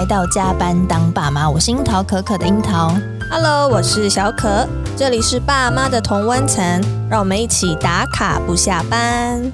来到加班当爸妈，我是樱桃可可的樱桃。 Hello， 我是小可，这里是爸妈的同温层，让我们一起打卡不下班。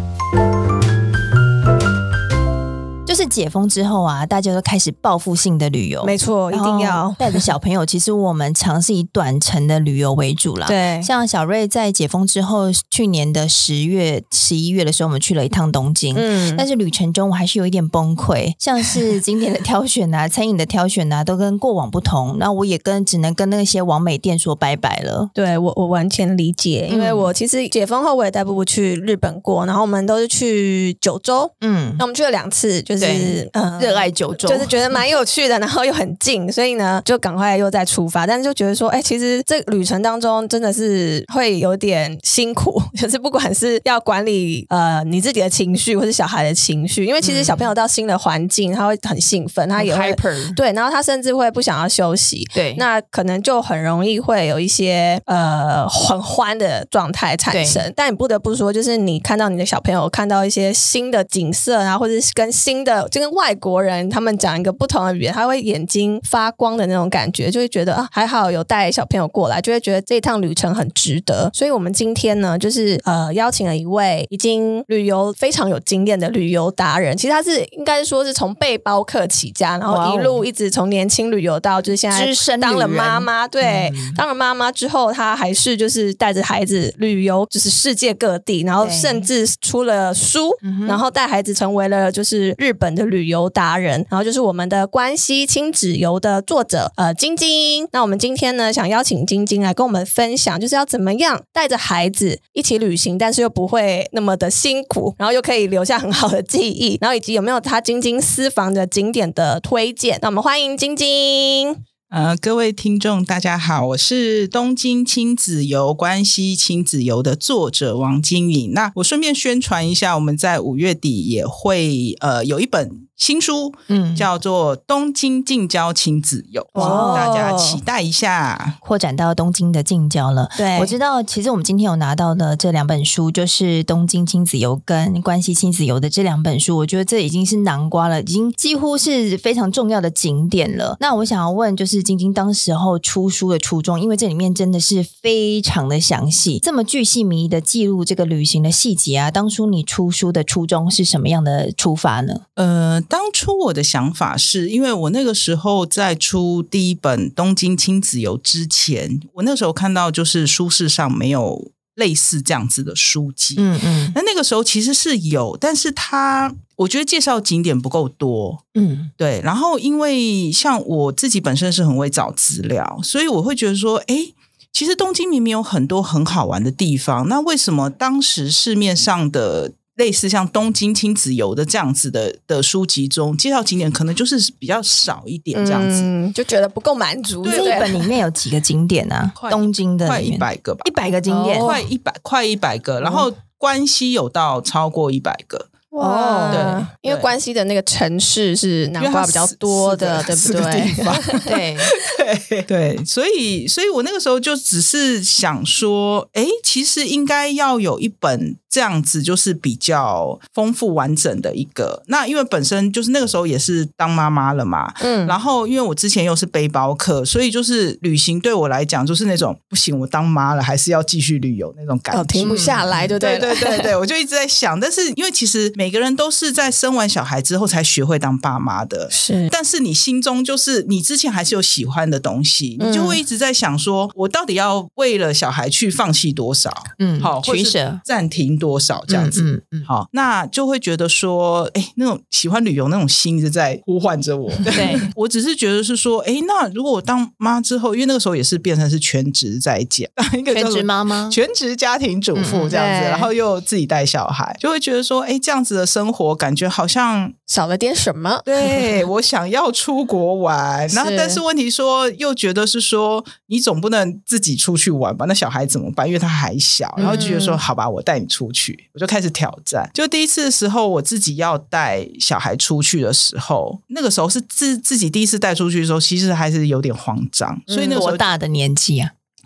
就是解封之后啊，大家都开始报复性的旅游， 没错，一定要带着小朋友。其实我们尝试以短程的旅游为主啦。 对， 像小瑞在解封之后，去年的10月、11月的时候，我们去了一趟东京。但是旅程中我还是有一点崩溃，像是景点的挑选啊、餐饮的挑选啊，都跟过往不同。那我也只能跟那些网美店说拜拜了。 对，我完全理解，因为我其实解封后我也带布布去日本过，然后我们都是去九州。那我们去了2次，就是热爱九州， 就是觉得蛮有趣的，然后又很近，所以呢就赶快又再出发。但是就觉得说，其实这旅程当中真的是会有点辛苦，就是不管是要管理你自己的情绪，或是小孩的情绪，因为其实小朋友到新的环境，他会很兴奋，他也会 hyper， 对，然后他甚至会不想要休息， 对， 那可能就很容易会有一些很欢的状态产生。但你不得不说，就是你看到你的小朋友看到一些新的景色啊，或者是跟就跟外国人他们讲一个不同的语言，他会眼睛发光的那种感觉，就会觉得还好有带小朋友过来，就会觉得这一趟旅程很值得。所以我们今天呢，就是邀请了一位已经旅游非常有经验的旅游达人。其实他是应该说是从背包客起家，然后一路一直从年轻旅游到就是现在当了妈妈。对，当了妈妈之后，他还是就是带着孩子旅游，就是世界各地，然后甚至出了书，然后带孩子成为了就是日本的旅游达人，然后就是我们的关西亲子游的作者晶晶。那我们今天呢，想邀请晶晶来跟我们分享，就是要怎么样带着孩子一起旅行，但是又不会那么的辛苦，然后又可以留下很好的记忆，然后以及有没有他晶晶私房的景点的推荐。那我们欢迎晶晶。 各位听众大家好，我是东京亲子游关西亲子游的作者王晶颖。那我顺便宣传一下，我们在5月底也会有一本新书，叫做东京近郊亲子游，大家期待一下。 扩展到东京的近郊了。 对， 我知道其实我们今天有拿到的这2本书，就是东京亲子游跟关西亲子游的这2本书，我觉得这已经是囊括了，已经几乎是非常重要的景点了。那我想要问，就是晶晶当时候出书的初衷，因为这里面真的是非常的详细，这么巨细靡遗的记录这个旅行的细节啊，当初你出书的初衷是什么样的出发呢？ 当初我的想法是因为我那个时候在出第一本东京亲子游之前，我那时候看到就是书市上没有类似这样子的书籍。那个时候其实是有，但是我觉得介绍景点不够多。对。然后因为像我自己本身是很会找资料，所以我会觉得说，其实东京明明有很多很好玩的地方，那为什么当时市面上的类似像东京亲子游的这样子的书籍中介绍景点可能就是比较少一点这样子， 就觉得不够满足。 这一本里面有几个景点啊？东京的快100个吧 ，100个景点， 快100个，然后关西有到超过100个。 对，因为关西的那个城市是南瓜比较多的，对不对？ 对，所以我那个时候就只是想说，其实应该要有一本这样子，就是比较丰富完整的一个。那因为本身就是那个时候也是当妈妈了嘛，然后因为我之前又是背包客，所以就是旅行对我来讲就是那种不行，我当妈了还是要继续旅游那种感觉， 停不下来，对不对？ 对，我就一直在想，但是因为其实每个人都是在生完小孩之后才学会当爸妈的， 是， 但是你心中就是你之前还是有喜欢的东西，你就会一直在想说，我到底要为了小孩去放弃多少，好， 取舍， 暂停多少这样子，好，那就会觉得说，那种喜欢旅游那种心一直在呼唤着我。对，我只是觉得是说，那如果我当妈之后，因为那个时候也是变成是全职在家，一个全职妈妈， 全职家庭主妇这样子，然后又自己带小孩，就会觉得说，这样子的生活感觉好像少了点什么。 对，我想要出国玩，然后但是问题说又觉得是说你总不能自己出去玩吧，那小孩怎么办？因为他还小，然后就觉得说好吧，我带你出去，我就开始挑战。就第一次的时候，我自己要带小孩出去的时候，那个时候是自己第一次带出去的时候，其实还是有点慌张。所以那个时候多大的年纪啊？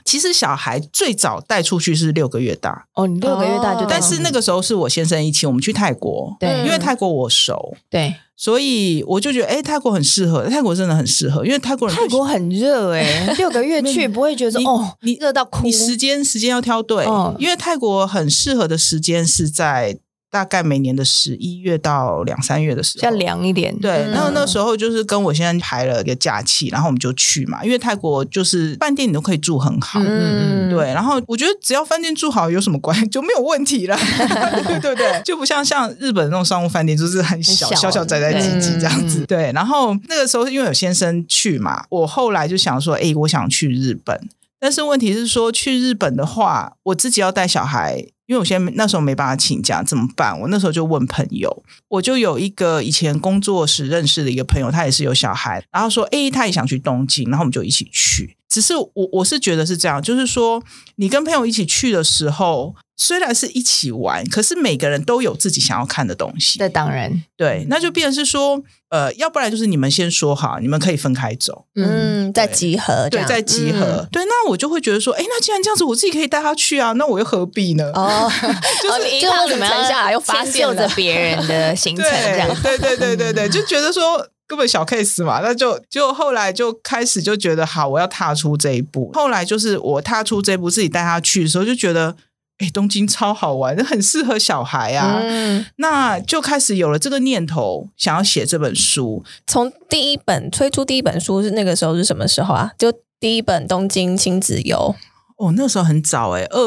其实小孩最早带出去是6个月大哦，你6个月大就带但是那个时候是我先生一起，我们去泰国， 对因为泰国我熟， 对， 所以我就觉得泰国很适合，泰国真的很适合，因为泰国人泰国很热6个月去不会觉得说你热到哭， 你时间要挑对，因为泰国很适合的时间是在大概每年的11月到2、3月的时候， 要凉一点。 对，那时候就是跟我先生排了一个假期，然后我们就去嘛，因为泰国就是饭店你都可以住很好，对，然后我觉得只要饭店住好有什么关系就没有问题了，对对，就不像日本那种商务饭店就是很小窄窄挤挤这样子，对。然后那个时候因为有先生去嘛，我后来就想说，我想去日本，但是问题是说去日本的话，我自己要带小孩。因为我那时候没办法请假怎么办？我那时候就问朋友，我就有一个以前工作时认识的一个朋友，他也是有小孩，然后说他也想去东京，然后我们就一起去。只是我是觉得是这样，就是说你跟朋友一起去的时候，虽然是一起玩，可是每个人都有自己想要看的东西。 这当然对，那就变成是说要不然就是你们先说好，你们可以分开走， 再集合这样， 对，再集合，对。那我就会觉得说，那既然这样子，我自己可以带他去啊，那我又何必呢？ 就是你一趟旅程下来又发现了别人的行程，这样， 对，就觉得说根本小 case 嘛，那就后来就开始就觉得好，我要踏出这一步。后来就是我踏出这一步，自己带他去的时候，就觉得东京超好玩，很适合小孩啊，那就开始有了这个念头，想要写这本书。 从推出第一本书是那个时候是什么时候啊？就第一本东京亲子游。 那时候很早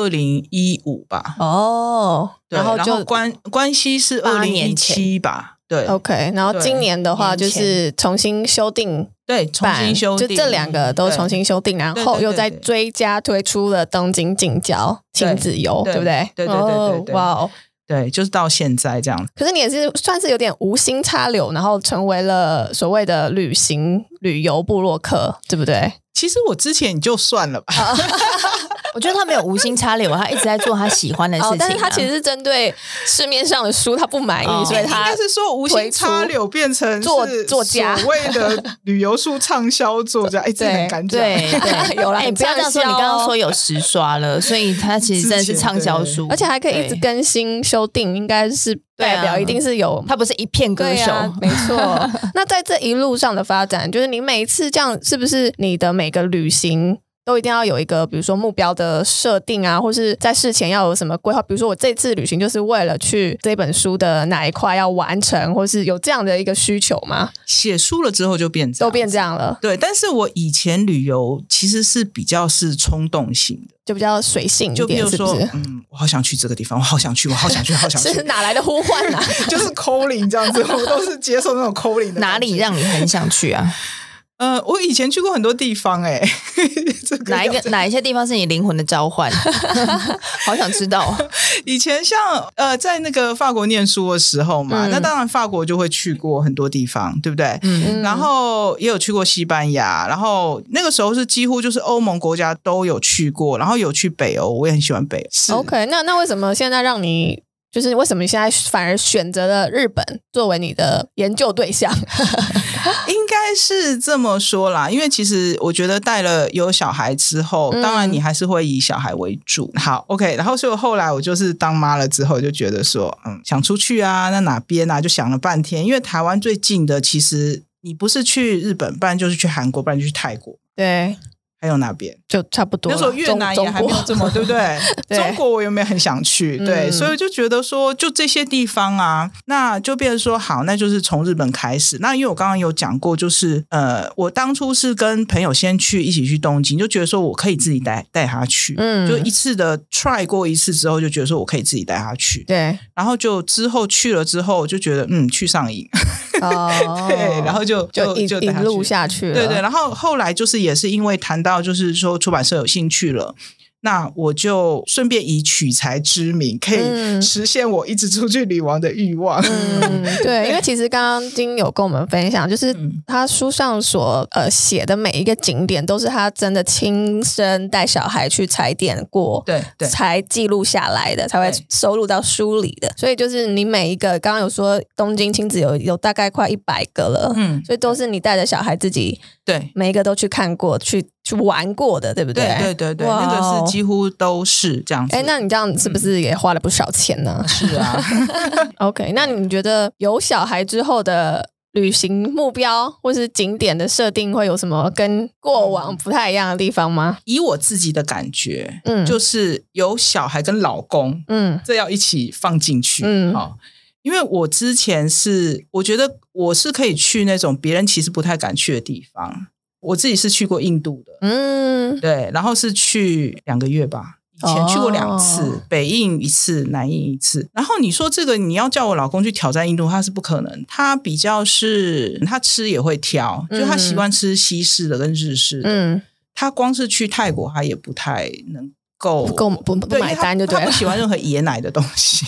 2015吧。 然后关系是2017吧。对 ，OK， 然后今年的话就是重新修订， 对，重新修订， 就这2个都重新修订，然后又再追加推出了东京近郊亲子游，对不对？ 对， 哇， 对，就是到现在这样。 可是你也是算是有点无心插柳，然后成为了所谓的旅游部落客，对不对？ 其实我之前就算了吧。 我觉得他没有无心插柳，他一直在做他喜欢的事情， 但是他其实是针对市面上的书他不满意，所以他应该是说无心插柳变成作家， 所谓的旅游书畅销作家。这很敢讲， 对， 有啦， 你不要这样说，你刚刚说有10刷了，所以他其实真的是畅销书， 而且还可以一直更新修订，应该是代表一定是有， 他不是一片歌手， 没错。那在这一路上的发展，就是你每一次这样，是不是你的每个旅行都一定要有一个比如说目标的设定啊，或是在事前要有什么规划，比如说我这次旅行就是为了去这本书的哪一块要完成，或是有这样的一个需求吗？ 写书了之后就变这样， 都变这样了。 对，但是我以前旅游其实是比较是冲动型的， 就比较随性一点， 就比如说是不是我好想去这个地方，我好想去是哪来的呼唤啊？ 就是 calling 这样子，我都是接受那种 calling 的。 哪里让你很想去啊？ 我以前去过很多地方哪一些地方是你灵魂的召唤？好想知道。 以前像在那个法国念书的时候嘛，那当然法国就会去过很多地方，对不对？然后也有去过西班牙，然后那个时候是几乎就是欧盟国家都有去过，然后有去北欧，我也很喜欢北欧。 OK， 那为什么现在让你？就是为什么你现在反而选择了日本作为你的研究对象？ 应该是这么说啦，因为其实我觉得有小孩之后，当然你还是会以小孩为主。好 OK， 然后所以后来我就是当妈了之后就觉得说想出去啊，那哪边啊，就想了半天，因为台湾最近的其实你不是去日本，不然就是去韩国，不然就去泰国。 对， 还有哪边就差不多了。 那时候越南也还没有这么对不对？中国我有没有很想去？对，所以就觉得说就这些地方啊，那就变成说好，那就是从日本开始。那因为我刚刚有讲过，就是我当初是跟朋友先一起去东京，就觉得说我可以自己带他去，就一次的 try 过一次之后，就觉得说我可以自己带他去。 对， 然后就之后去了之后，就觉得去上瘾。对，然后就一路下去了。 对，然后后来就是也是因为谈到就是说出版社有兴趣了，那我就顺便以取材之名，可以实现我一直出去旅玩的欲望。 对，因为其实刚刚金有跟我们分享，就是他书上所写的每一个景点，都是他真的亲身带小孩去踩点过， 对， 才记录下来的，才会收录到书里的。所以就是你每一个，刚刚有说东京亲子有大概快100个了，所以都是你带着小孩自己， 对， 每一个都去看过，去去玩过的，对不对？ 对对对对，那个是几乎都是这样子。 那你这样是不是也花了不少钱呢？ 是啊。 OK， 那你觉得有小孩之后的旅行目标或是景点的设定会有什么跟过往不太一样的地方吗？ 以我自己的感觉，就是有小孩跟老公，这要一起放进去，因为我之前我觉得我是可以去那种别人其实不太敢去的地方。我自己是去过印度的，对，然后是去2个月吧。以前去过2次，北印1次，南印1次。然后你说这个你要叫我老公去挑战印度，他是不可能。他比较是他吃也会挑，就他习惯吃西式的跟日式的。他光是去泰国，他也不太能够不买单就对了， 他不喜欢任何椰奶的东西。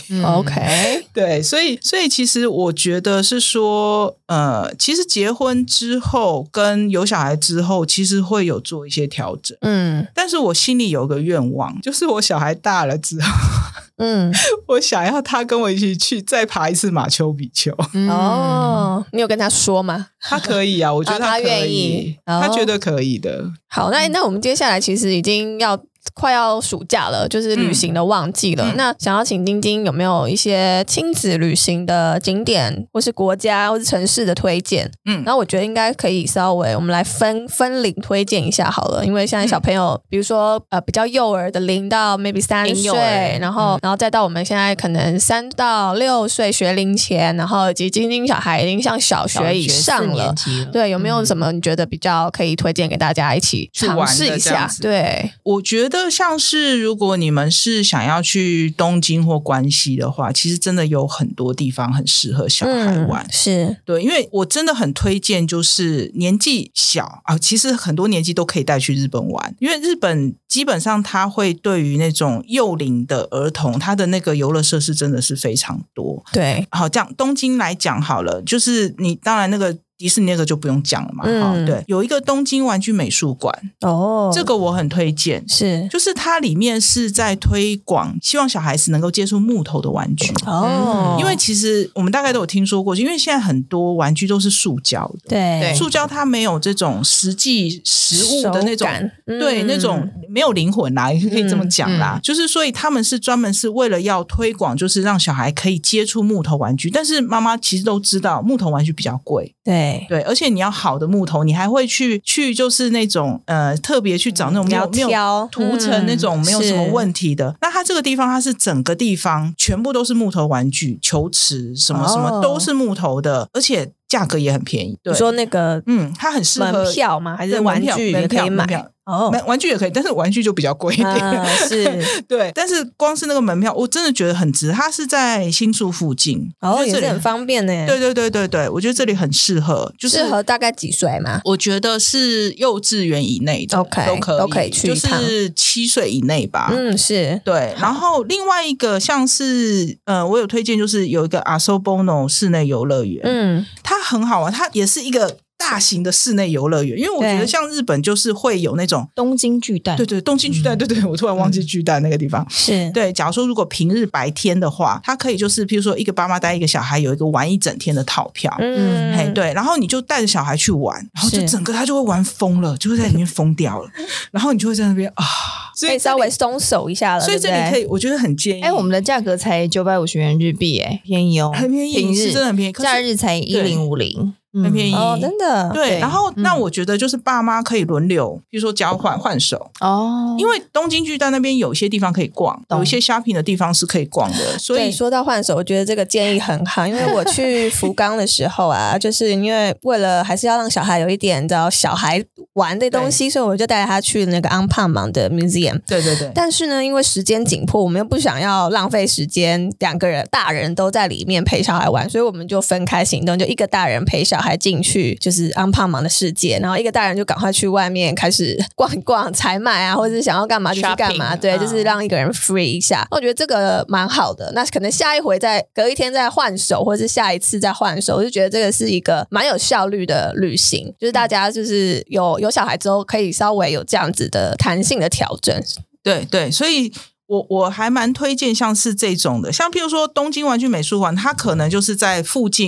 OK， 对，所以其实我觉得是说，其实结婚之后跟有小孩之后，其实会有做一些调整。但是我心里有个愿望，就是我小孩大了之后，我想要他跟我一起去再爬一次马丘比丘。 你有跟他说吗？ 他可以啊，我觉得他愿意， 他觉得可以的。 好，那我们接下来其实已经快要暑假了，就是旅行的旺季了。那想要请丁丁有没有一些亲子旅行的景点，或是国家，或是城市的推荐？然后我觉得应该可以稍微我们来分龄推荐一下好了，因为现在小朋友，比如说比较幼儿的0到 maybe 3岁，然后再到我们现在可能3到6岁学龄前，然后以及丁丁小孩已经像小学以上了，对，有没有什么你觉得比较可以推荐给大家一起尝试一下？对， 我觉得像是如果你们是想要去东京或关西的话，其实真的有很多地方很适合小孩玩。 是对， 因为我真的很推荐，就是年纪小啊，其实很多年纪都可以带去日本玩，因为日本基本上他会对于那种幼龄的儿童，他的那个游乐设施真的是非常多。 对， 好，这样东京来讲好了，就是你当然那个迪士尼那个就不用讲了嘛，对，有一个东京玩具美术馆，这个我很推荐，就是它里面是在推广，希望小孩子能够接触木头的玩具，因为其实我们大概都有听说过，因为现在很多玩具都是塑胶的， 对， 塑胶它没有这种实际实物的那种，对，那种没有灵魂啦，也可以这么讲啦，就是所以他们是专门是为了要推广，就是让小孩可以接触木头玩具，但是妈妈其实都知道木头玩具比较贵，对，而且你要好的木头，你还会去就是那种特别去找那种没有涂层那种没有什么问题的。那它这个地方它是整个地方全部都是木头玩具，球池什么什么都是木头的，而且价格也很便宜。对， 你说那个它很适合门票吗？还是玩具也可以买？ 玩具也可以，但是玩具就比较贵一点， 是对。但是光是那个门票，我真的觉得很值。它是在新宿附近， 也是很方便呢。 对，我觉得这里很适合，就是适合大概几岁吗？ 我觉得是幼稚园以内的都可以去，就是7岁以内吧。 是对。然后另外一个像是我有推荐，就是有一个 Asobono 室内游乐园，它很好玩，它也是一个大型的室内游乐园，因为我觉得像日本就是会有那种东京巨蛋， 对，东京巨蛋，对，我突然忘记巨蛋那个地方， 是对。假如说如果平日白天的话，它可以就是譬如说一个爸妈带一个小孩有一个玩一整天的套票，对，然后你就带着小孩去玩，然后就整个他就会玩疯了，就会在里面疯掉了，然后你就会在那边所以稍微松手一下了， 所以这里可以，我觉得很建议。 我们的价格才950元日币，便宜哦， 很便宜，平日是真的很便宜， 假日才1050。 很便宜真的对。然后那我觉得就是爸妈可以轮流，比如说交换手因为东京巨蛋那边有些地方可以逛，有一些 shopping 的地方是可以逛的，所以说到换手，我觉得这个建议很好，因为我去福冈的时候啊，就是因为为了还是要让小孩有一点你知道小孩玩的东西，所以我就带他去那个安帕芒的 museum， 对，但是呢因为时间紧迫，我们又不想要浪费时间2个人大人都在里面陪小孩玩，所以我们就分开行动，就一个大人陪小孩进去就是安帕芒的世界，然后一个大人就赶快去外面开始逛一逛采买啊，或者是想要干嘛就去干嘛，对，就是让一个人 free 一下，我觉得这个蛮好的。那可能下一回再隔一天再换手，或者是下一次再换手，我就觉得这个是一个蛮有效率的旅行，就是大家就是有小孩之后可以稍微有这样子的弹性的调整。 对，所以我还蛮推荐像是这种的，像譬如说东京玩具美术馆，它可能就是在附近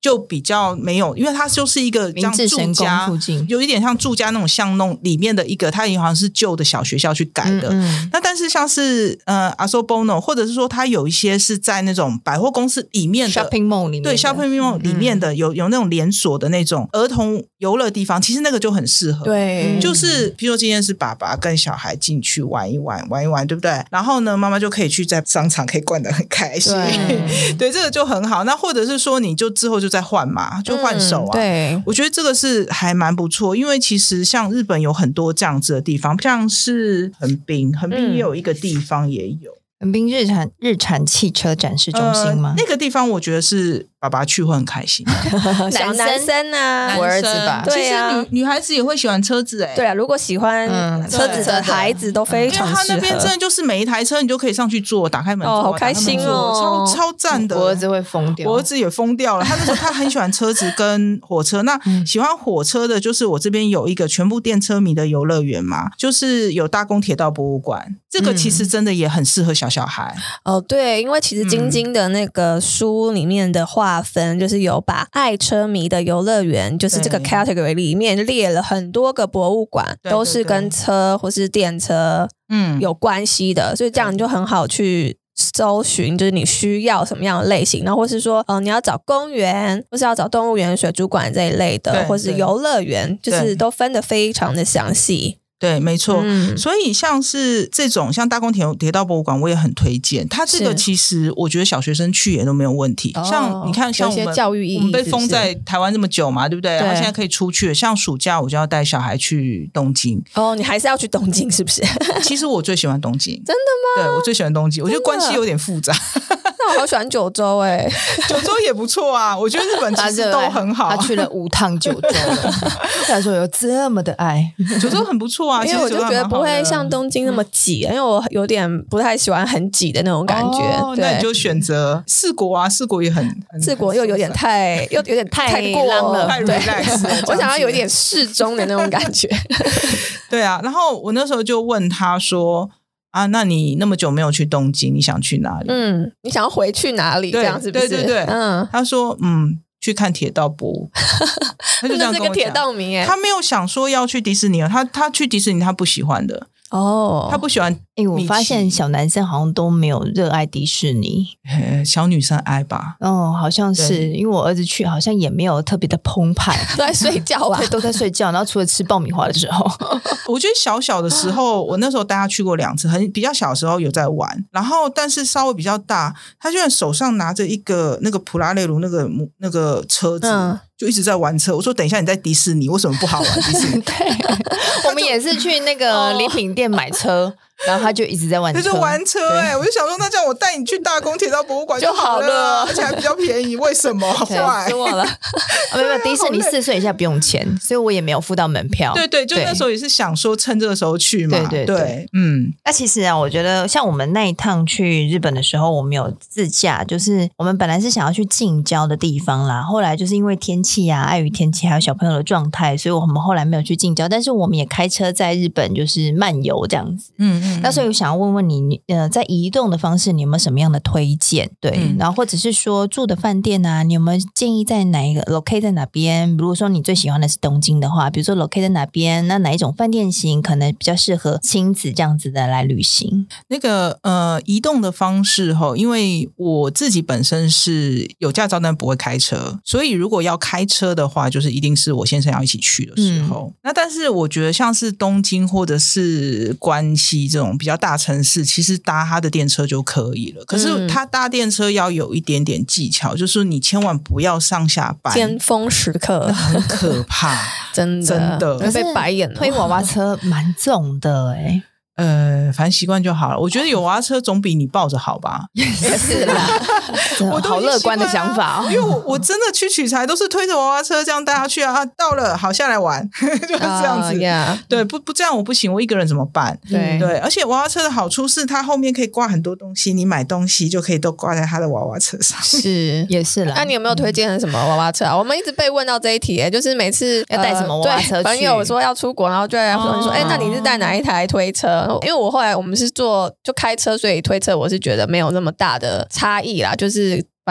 就比较没有，因为它就是一个明治神宫附近， 有一点像住家那种巷弄里面的一个，它好像是旧的小学校去改的。那但是像是Asobono， 或者是说它有一些是在那种百货公司里面的 shopping mall 里面的， 对 shopping mall 里面的有那种连锁的那种儿童游乐地方，其实那个就很适合。 对， 就是比如说今天是爸爸跟小孩进去玩一玩，对不对？然后呢，妈妈就可以去在商场可以逛得很开心。对，这个就很好。那或者是说你就之后就再换嘛，就换手啊。 对， 我觉得这个是还蛮不错，因为其实像日本有很多这样子的地方，像是横滨也有一个地方也有。 横滨日产汽车展示中心吗？ 那个地方我觉得是爸爸去会很开心。 小男生啊， 我儿子吧， 对啊， 其实女孩子也会喜欢车子对啊，如果喜欢车子的孩子都非常适合， 因为他那边真的就是每一台车你就可以上去坐，打开门坐， 好开心哦， 超赞的。 我儿子会疯掉， 我儿子也疯掉了。他那时候他很喜欢车子跟火车，那喜欢火车的就是我这边有一个全部电车迷的游乐园嘛，就是有大宫铁道博物馆，这个其实真的也很适合小孩。 对，因为其实晶晶的那个书里面的划分，就是有把爱车迷的游乐园，就是这个 category 里面列了很多个博物馆，都是跟车或是电车有关系的，所以这样你就很好去搜寻，就是你需要什么样的类型，然后或是说你要找公园，或是要找动物园、水族馆这一类的，或是游乐园，就是都分得非常的详细。 对，没错。所以像是这种像大宫铁道博物馆我也很推荐，它这个其实我觉得小学生去也都没有问题。像你看像我们教育意义， 我们被封在台湾这么久嘛，对不对？然后现在可以出去，像暑假我就要带小孩去东京。 你还是要去东京是不是？ 其实我最喜欢东京。 真的吗？ 对，我最喜欢东京，我觉得关系有点复杂。 那我好喜欢九州九州也不错啊，我觉得日本其实都很好。 他去了5趟九州了，他说有这么的爱， 九州很不错啊。 因为我就觉得不会像东京那么挤，因为我有点不太喜欢很挤的那种感觉。 那你就选择四国啊，四国也很四国又有点太过了， 太 relax 了。 我想要有一点适中的那种感觉。 对啊，然后我那时候就问他说啊，那你那么久没有去东京，你想去哪里？ 你想要回去哪里？这样是不是？ 对，他说去看铁道博物馆。他就这样跟我讲， 那是个铁道迷他没有想说要去迪士尼，他去迪士尼他不喜欢的。他不喜欢。 我发现小男生好像都没有热爱迪士尼， 小女生爱吧。 好像是，因为我儿子去好像也没有特别的澎湃， 都在睡觉吧。 对，都在睡觉，然后除了吃爆米花的时候。 我觉得小的时候我那时候带他去过2次，比较小的时候有在玩，然后但是稍微比较大，他居然手上拿着一个那个普拉雷鲁那个车子，就一直在玩车。我说等一下你在迪士尼为什么不好玩迪士尼？ 对，我们也是去那个礼品店买车，然后他就一直在玩车， 就是玩车。我就想说那这样我带你去大宫铁道博物馆就好了，而且还比较便宜。为什么？坏死我了。 没有，迪士尼4岁以下不用钱，所以我也没有付到门票。 对，就那时候也是想说趁这个时候去嘛。对， 那其实啊，我觉得像我们那一趟去日本的时候，我们有自驾，就是我们本来是想要去近郊的地方啦，后来就是因为天气啊，碍于天气还有小朋友的状态，所以我们后来没有去近郊，但是我们也开车在日本就是漫游这样子。那所以我想要问问你，在移动的方式，你有没有什么样的推荐？对，然后或者是说住的饭店啊，你有没有建议在哪一个 locate 在哪边？如果说你最喜欢的是东京的话，比如说 locate 在哪边，那哪一种饭店型可能比较适合亲子这样子的来旅行？ 那个移动的方式因为我自己本身是有驾照但不会开车，所以如果要开车的话，就是一定是我先生要一起去的时候。那但是我觉得像是东京或者是关西这种比较大城市，其实搭他的电车就可以了。可是他搭电车要有一点点技巧，就是你千万不要上下班尖峰时刻， 很可怕。 真的会被白眼了。 推娃娃车蛮重的反正习惯就好了。我觉得有娃娃车总比你抱着好吧。 也是啦。我好乐观的想法因为我真的去取材都是推着娃娃车这样带他去啊，到了好下来玩就是这样子。对，不这样我不行，我一个人怎么办？对，而且娃娃车的好处是它后面可以挂很多东西，你买东西就可以都挂在他的娃娃车上。 是，也是啦。 那你有没有推荐的什么娃娃车啊？我们一直被问到这一题就是每次要带什么娃娃车去， 朋友说要出国，然后就会说那你是带哪一台推车？因为我后来我们是就开车，所以推车我是觉得没有那么大的差异啦，就是反正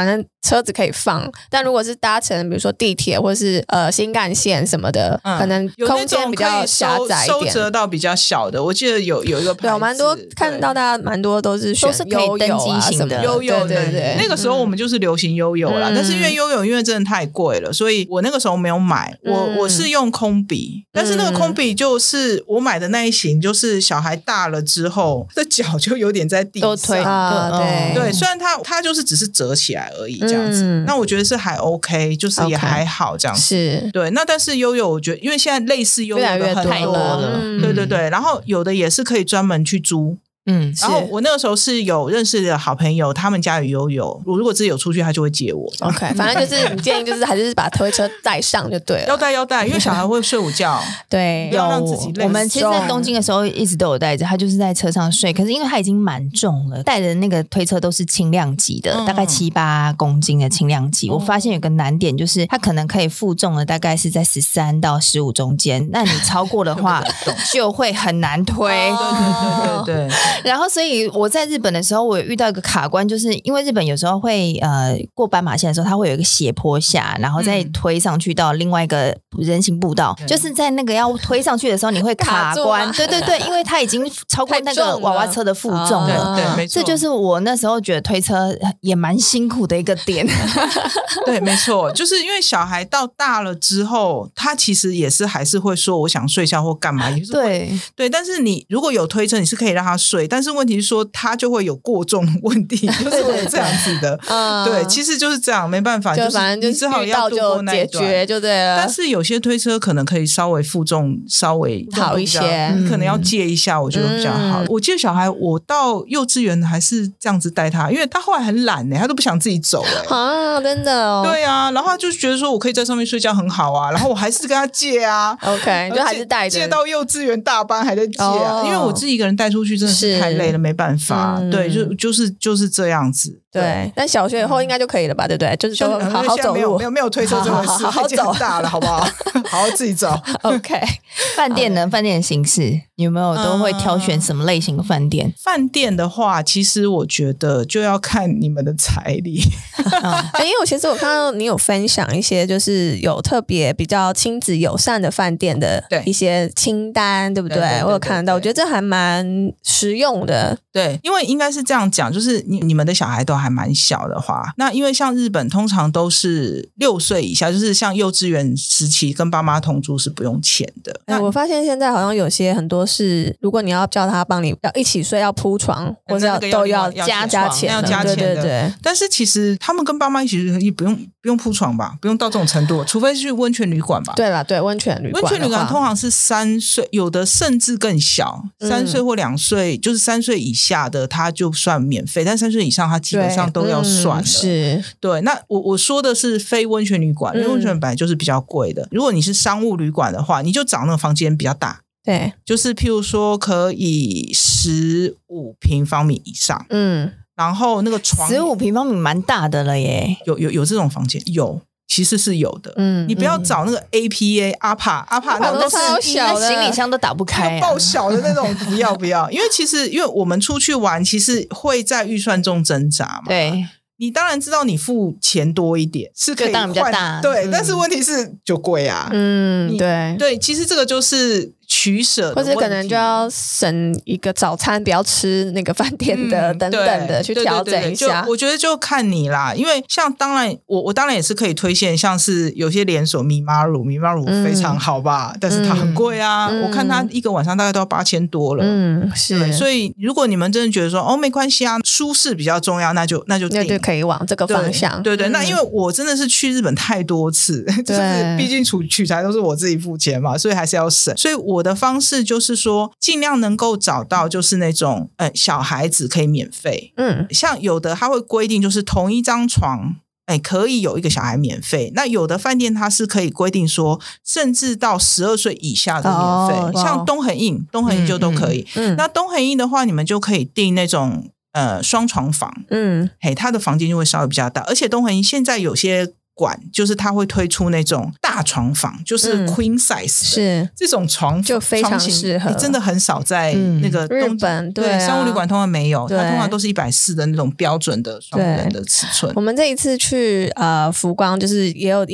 车子可以放，但如果是搭乘比如说地铁或是新干线什么的，可能空间比较狭窄一点， 收折到比较小的。我记得有一个牌子， 对，我蛮多看到大家蛮多都是选悠游啊什么的， 悠游， 对， 那个时候我们就是流行悠游啦，但是因为悠游因为真的太贵了，所以我那个时候没有买，我是用空比，但是那个空比就是我买的那一型，就是小孩大了之后，的脚就有点在地上， 都推对，虽然它就是只是折起来而已这样子，那我觉得是还 OK， 就是也还好这样子， 是对。 那但是悠游我觉得因为现在类似悠游的很多了，对，然后有的也是可以专门去租，然后我那个时候是有认识的好朋友，他们家有悠游，我如果自己有出去他就会接我。 OK， 反正就是你建议就是还是把推车带上就对了， 要带，因为小孩会睡午觉对， 不要让自己累。 我们其实在东京的时候一直都有带着他，就是在车上睡，可是因为他已经蛮重了，带的那个推车都是轻量级的，大概7-8公斤的轻量级，我发现有个难点就是他可能可以负重的大概是在13到15中间，那你超过的话就会很难推。 对然后所以我在日本的时候我有遇到一个卡关，就是因为日本有时候会过斑马线的时候它会有一个斜坡下，然后再推上去到另外一个人行步道，就是在那个要推上去的时候你会卡关，对，因为它已经超过那个娃娃车的负重了， 对，没错， 这就是我那时候觉得推车也蛮辛苦的一个点。 对，没错，就是因为小孩到大了之后他其实也是还是会说我想睡觉或干嘛，也是对，但是你如果有推车你是可以让他睡，但是问题是说他就会有过重问题，就是会这样子的。对，其实就是这样，没办法， 就反正你只好要度过那一段， 解决就对了。 但是有些推车可能可以稍微负重稍微好一些， 你可能要借一下，我觉得比较好。我记得小孩我到幼稚园还是这样子带他，因为他后来很懒他都不想自己走真的哦。 对啊，然后他就觉得说我可以在上面睡觉很好啊，然后我还是跟他借啊。 OK， 就还是带着借到幼稚园大班还在借因为我自己一个人带出去真的是太累了，没办法。对，就是这样子。 对，但小学以后应该就可以了吧？对不对？就是说好好走路， 没有推车这回事， 好走大了，好不好？好好自己走。 OK， 饭店呢？饭店的形式你有没有都会挑选什么类型的饭店？ 饭店的话，其实我觉得就要看你们的财力。 因为其实我看到你有分享一些，就是有特别比较亲子友善的饭店的一些清单，对不对？我有看到，我觉得这还蛮实用的。 对，因为应该是这样讲，就是你们的小孩都还蛮小的话，那因为像日本通常都是6岁以下，就是像幼稚园时期跟爸妈同住是不用钱的。 我发现现在好像有些很多是，如果你要叫他帮你要一起睡，要铺床或者都要加钱， 要加钱的。 对。 但是其实他们跟爸妈一起睡不用铺床吧，不用到这种程度，除非是去温泉旅馆吧。 对啦，对，温泉旅馆通常是3岁，有的甚至更小，3岁或2岁，就是3岁以下的他就算免费，但3岁以上他基本上都要算了。 是， 对。那我说的是非温泉旅馆，因为温泉本来就是比较贵的。如果你是商务旅馆的话，你就找那个房间比较大， 对， 就是譬如说可以15平方米以上，然后那个床 15平方米蛮大的了耶， 有这种房间有。其实是有的，你不要找那个 APA 阿帕那都超小的， 行李箱都打不开， 爆小的那种，不要，因为我们出去玩，其实会在预算中挣扎嘛。 对， 你当然知道你付钱多一点是可以换， 就当然比较大， 对，但是问题是就贵啊，对，其实这个就是取舍的问题， 或者可能就要省一个早餐，不要吃那个饭店的等等的，去调整一下。 我觉得就看你啦，因为像当然我当然也是可以推荐，像是有些连锁米马鲁非常好吧，但是它很贵啊，我看它一个晚上大概都要8000多了， 是。 所以如果你们真的觉得说没关系啊，舒适比较重要，那就可以往这个方向。 对，那因为我真的是去日本太多次，就是毕竟取材都是我自己付钱嘛，所以还是要省。所以我的方式就是说，尽量能够找到就是那种小孩子可以免费，像有的他会规定就是同一张床可以有一个小孩免费，那有的饭店它是可以规定说甚至到12岁以下的免费，像东恒印就都可以。那东恒印的话，你们就可以订那种双床房，他的房间就会稍微比较大，而且东恒印现在有些馆就是他会推出那种大大床房，就是 queen size 是这种床就非常适合， 真的很少在那个日本对商务旅馆通常没有，它通常都是140的那种标准的双人的尺寸。 我们这一次去福冈，就是也有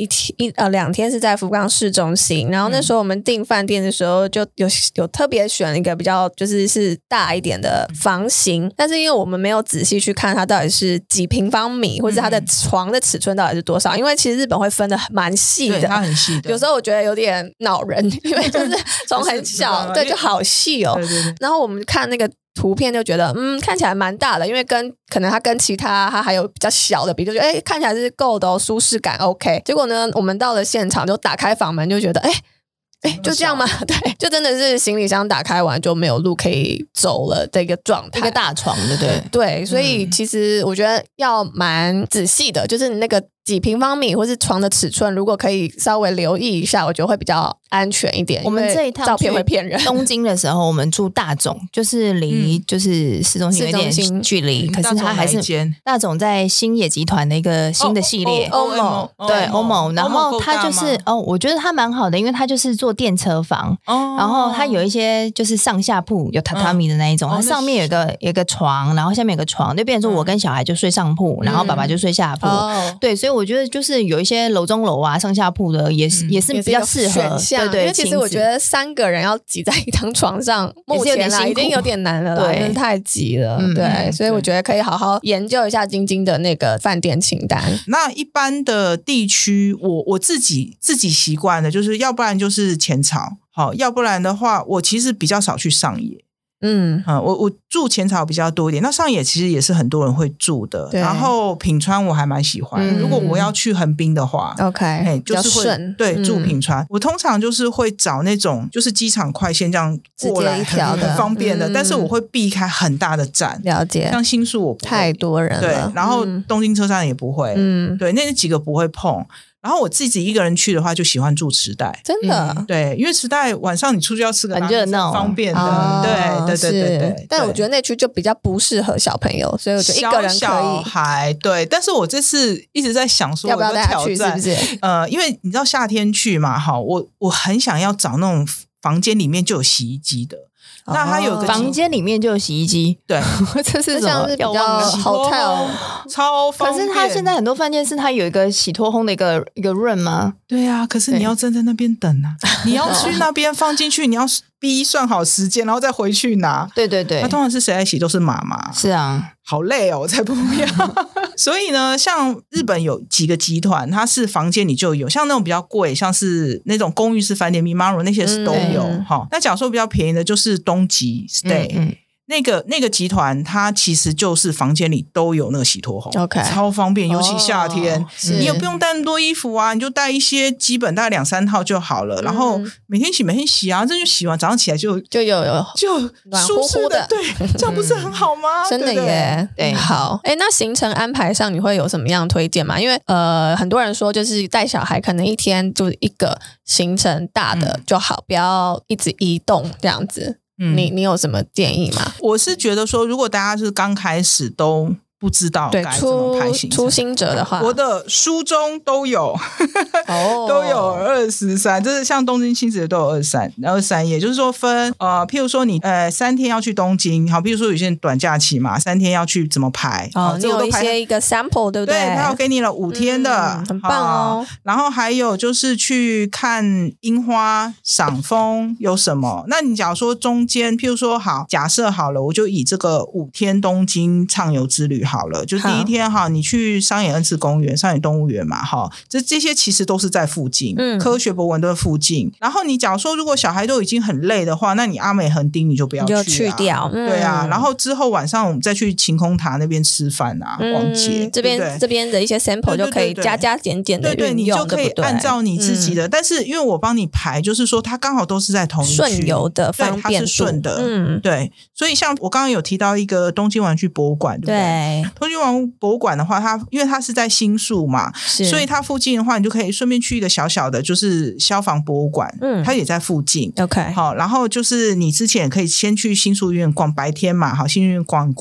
2天是在福冈市中心，然后那时候我们订饭店的时候就有特别选一个比较是大一点的房型，但是因为我们没有仔细去看它到底是几平方米，或者它的床的尺寸到底是多少，因为其实日本会分的蛮细的， 对，它很细的， 有时候我觉得有点恼人，因为就是从很小对就好细哦， 对， 然后我们看那个图片就觉得看起来蛮大的，因为可能它跟其他它还有比较小的比，就觉得看起来是够的哦，舒适感 OK。结果呢，我们到了现场就打开房门就觉得就这样吗？对，就真的是行李箱打开完就没有路可以走了的一个状态， 一个大床的，对对，所以其实我觉得要蛮仔细的，就是你那个几平方米或是床的尺寸，如果可以稍微留意一下，我觉得会比较安全一点。 我们这一趟照片会骗人。 东京的时候，我们住大冢，就是离就是市中心有点距离，可是它还是大冢在星野集团的一个新的系列 ，OMO 对 OMO， 然后它就是我觉得它蛮好的，因为它就是做电车房，然后它有一些就是上下铺有榻榻米的那一种，它上面有一个床，然后下面有个床，就变成说我跟小孩就睡上铺，然后爸爸就睡下铺，对，所以我觉得就是有一些楼中楼啊上下铺的也是比较适合选项， 对， 因为其实我觉得3个人要挤在一张床上，目前已经有点难了啦，真的太挤了，对，所以我觉得可以好好研究一下晶晶的那个饭店清单。 那一般的地区，我自己习惯的，就是要不然就是浅草，好，要不然的话，我其实比较少去上野。我住浅草比较多一点，那上野其实也是很多人会住的。然后品川我还蛮喜欢，如果我要去横滨的话 ，OK， 就是会对住品川。我通常就是会找那种就是机场快线这样过来很方便的，但是我会避开很大的站。 了解， 像新宿我不会， 太多人了。 对，然后东京车站也不会，对，那几个不会碰。然后我自己一个人去的话，就喜欢住池袋， 真的， 对，因为池袋晚上你出去要吃个很热闹， 方便的，对。 但我觉得那区就比较不适合小朋友，所以我觉得一个人可以。 小孩对，但是我这次一直在想说， 要不要带他去？是不是？ 因为你知道夏天去嘛，哈，我很想要找那种房间里面就有洗衣机的。那它有个房间里面就有洗衣机， 对， 这是什么？ 比较 hotel 超方便。 可是它现在很多饭店是它有一个洗脱烘的一个 room 吗？ 对啊，可是你要站在那边等啊，你要去那边放进去，你要逼算好时间，然后再回去拿。 对， 那通常是谁在洗？都是妈妈。 是啊， 好累哦，我才不要。所以呢，像日本有几个集团，它是房间里就有，像那种比较贵，像是那种公寓式饭店 Mimaru 那些是都有哈。那假如说比较便宜的，就是东极 Stay。那个集团，它其实就是房间里都有那个洗脱烘 ，OK， 超方便，尤其夏天，你也不用带那么多衣服啊，你就带一些基本大概2-3套就好了，然后每天洗啊，这就洗完早上起来就有暖乎乎的，对，这样不是很好吗？ 真的耶， 对， 好，那行程安排上你会有什么样推荐吗？因为很多人说就是带小孩可能一天就一个行程大的就好，不要一直移动这样子。你有什么建议吗？ 我是觉得说，如果大家是刚开始都不知道该怎么排行程， 初心者的话， 我的书中都有都有23，就是像东京亲子都有23，也就是说分譬如说你3天要去东京，好，譬如说有些人短假期嘛，3天要去怎么排， 你有一个 sample 对不对？ 对，他有给你了5天的， 很棒哦。 然后还有就是去看樱花赏枫有什么？那你假如说中间譬如说好，假设好了，我就以这个5天东京畅游之旅好了，就第一天哈，你去商野恩赐公园、商野动物园嘛，哈，这些其实都是在附近，科学博物馆都在附近。然后你假如说如果小孩都已经很累的话，那你阿美横丁你就不要去， 就去掉， 对啊。然后之后晚上我们再去晴空塔那边吃饭啊，逛街， 这边的一些 sample 就可以加减的运用， 对，你就可以按照你自己的。但是因为我帮你排，就是说它刚好都是在同一区， 顺游的方便度， 它是顺的，对。所以像我刚刚有提到一个东京玩具博物馆，对不对？东京玩具博物馆的话，因为它是在新宿嘛，所以它附近的话，你就可以顺便去一个小小的，就是消防博物馆，它也在附近。 OK， 好，然后就是你之前也可以先去新宿医院逛，白天嘛，好，新宿医院逛一逛。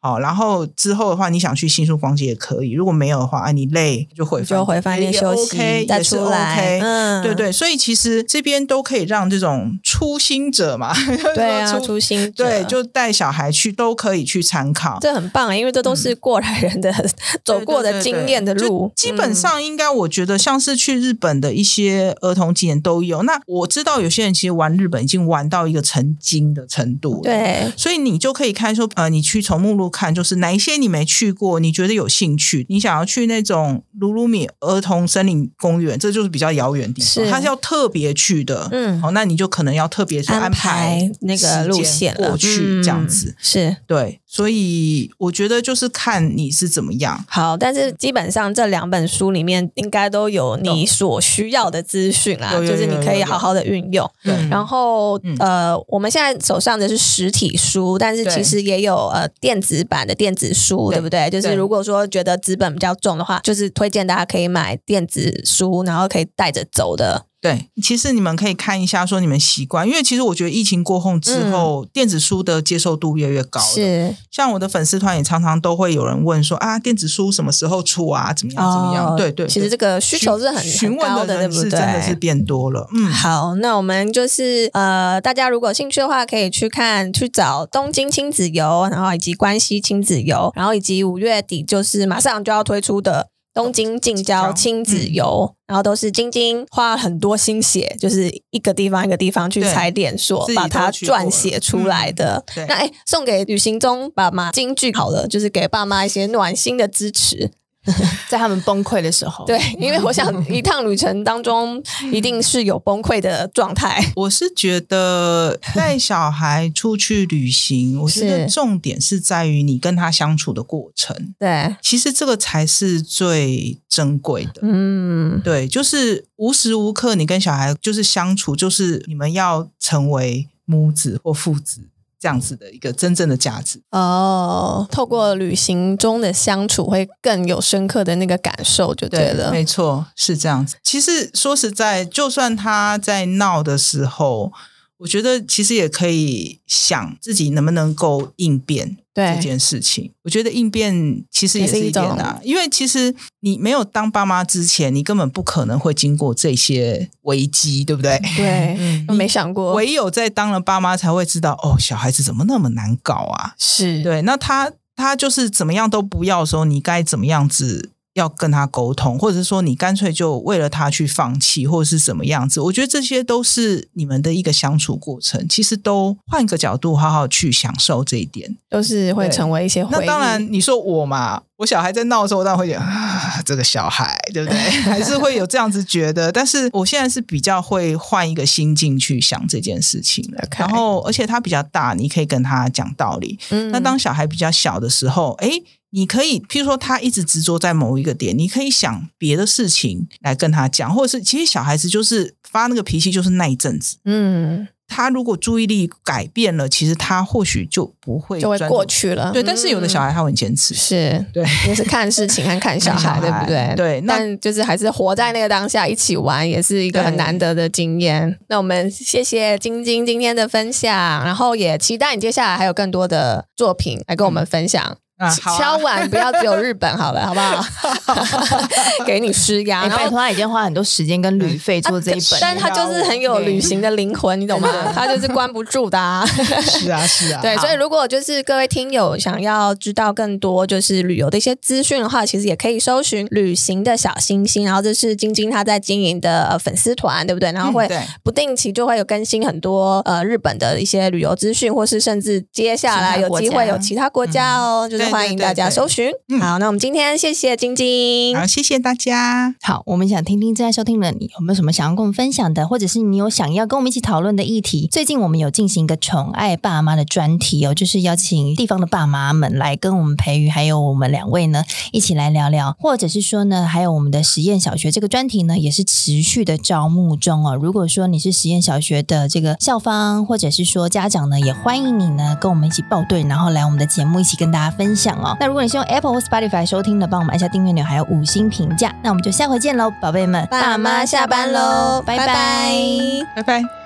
好，然后之后的话你想去新宿逛街也可以，如果没有的话你累就回饭店休息再出来， 对对，所以其实这边都可以让这种初心者嘛， 对啊，初心者对，就带小孩去都可以去参考， 这很棒，因为这都是过来人的走过的经验的路， 基本上应该我觉得像是去日本的一些儿童景点都有。那我知道有些人其实玩日本已经玩到一个成精的程度了， 对， 所以你就可以看说你去从目录看，就是哪一些你没去过，你觉得有兴趣，你想要去那种鲁鲁米儿童森林公园，这就是比较遥远的地方，它是要特别去的，好，那你就可能要特别去安排那个路线过去，这样子， 是对，所以我觉得就是看你是怎么样。 好，但是基本上这2本书里面应该都有你所需要的资讯啦，就是你可以好好的运用。然后我们现在手上的是实体书，但是其实也有电子版的电子书，对不对？就是如果说觉得纸本比较重的话，就是推荐大家可以买电子书，然后可以带着走的。 对，其实你们可以看一下说你们习惯，因为其实我觉得疫情过后之后，电子书的接受度越来越高了。是，像我的粉丝团也常常都会有人问说电子书什么时候出啊？怎么样怎么样？对对， 其实这个需求是很高的，对不对？ 真的是变多了。 好，那我们就是大家如果有兴趣的话，可以去找东京亲子游，然后以及关西亲子游，然后以及5月底就是马上就要推出的东京近郊亲子游，然后都是晶晶花很多心血，就是一个地方一个地方去踩点数，把它撰写出来的。那送给旅行中爸妈金句好了，就是给爸妈一些暖心的支持。 在他们崩溃的时候， 对，因为我想一趟旅程当中一定是有崩溃的状态。 我是觉得带小孩出去旅行，我觉得重点是在于你跟他相处的过程。 对， 其实这个才是最珍贵的。对，就是无时无刻你跟小孩就是相处，就是你们要成为母子或父子。这样子的一个真正的价值透过旅行中的相处会更有深刻的那个感受就对了。 没错，是这样子。其实说实在，就算他在闹的时候，我觉得其实也可以想自己能不能够应变这件事情。我觉得应变其实也是一点因为其实你没有当爸妈之前，你根本不可能会经过这些危机，对不对？ 对，我没想过， 唯有在当了爸妈才会知道，小孩子怎么那么难搞啊？ 是， 对，那他就是怎么样都不要的时候，你该怎么样子要跟他沟通，或者是说你干脆就为了他去放弃，或者是怎么样子。我觉得这些都是你们的一个相处过程，其实都换一个角度好好去享受这一点， 都是会成为一些回忆。 那当然你说我嘛，我小孩在闹的时候我当然会觉得这个小孩对不对还是会有这样子觉得，但是我现在是比较会换一个心境去想这件事情了。然后而且他比较大，你可以跟他讲道理。那当小孩比较小的时候，你可以譬如说他一直执着在某一个点，你可以想别的事情来跟他讲，或者是其实小孩子就是发那个脾气就是那一阵子，他如果注意力改变了，其实他或许就不会就会过去了。 对，但是有的小孩他很坚持， 是对，也是看事情和看小孩，对不对？ 对， 但就是还是活在那个当下，一起玩也是一个很难得的经验。那我们谢谢晶晶今天的分享，然后也期待你接下来还有更多的作品来跟我们分享。敲碗不要只有日本好了，好不好？给你施压。 拜托，他已经花很多时间跟旅费做这一本， 但他就是很有旅行的灵魂，你懂吗？他就是关不住的。 是啊，是啊。 对，所以如果就是各位听友想要知道更多就是旅游的一些资讯的话，其实也可以搜寻旅行的小星星，然后这是晶晶他在经营的粉丝团，对不对？然后会不定期就会有更新很多日本的一些旅游资讯，或是甚至接下来有机会有其他国家就是欢迎大家搜寻。好，那我们今天谢谢晶晶， 好，谢谢大家。 好，我们想听听正在收听的你有没有什么想要跟我们分享的，或者是你有想要跟我们一起讨论的议题。最近我们有进行一个宠爱爸妈的专题就是邀请地方的爸妈们来跟我们培育，还有我们2位呢一起来聊聊，或者是说呢还有我们的实验小学这个专题呢也是持续的招募中如果说你是实验小学的这个校方，或者是说家长呢，也欢迎你呢跟我们一起报队，然后来我们的节目一起跟大家分享那如果你是用 Apple 或 Spotify 收听的，帮我们按下订阅钮还有5星评价。那我们就下回见喽，宝贝们， 爸妈下班喽，拜拜， 拜拜。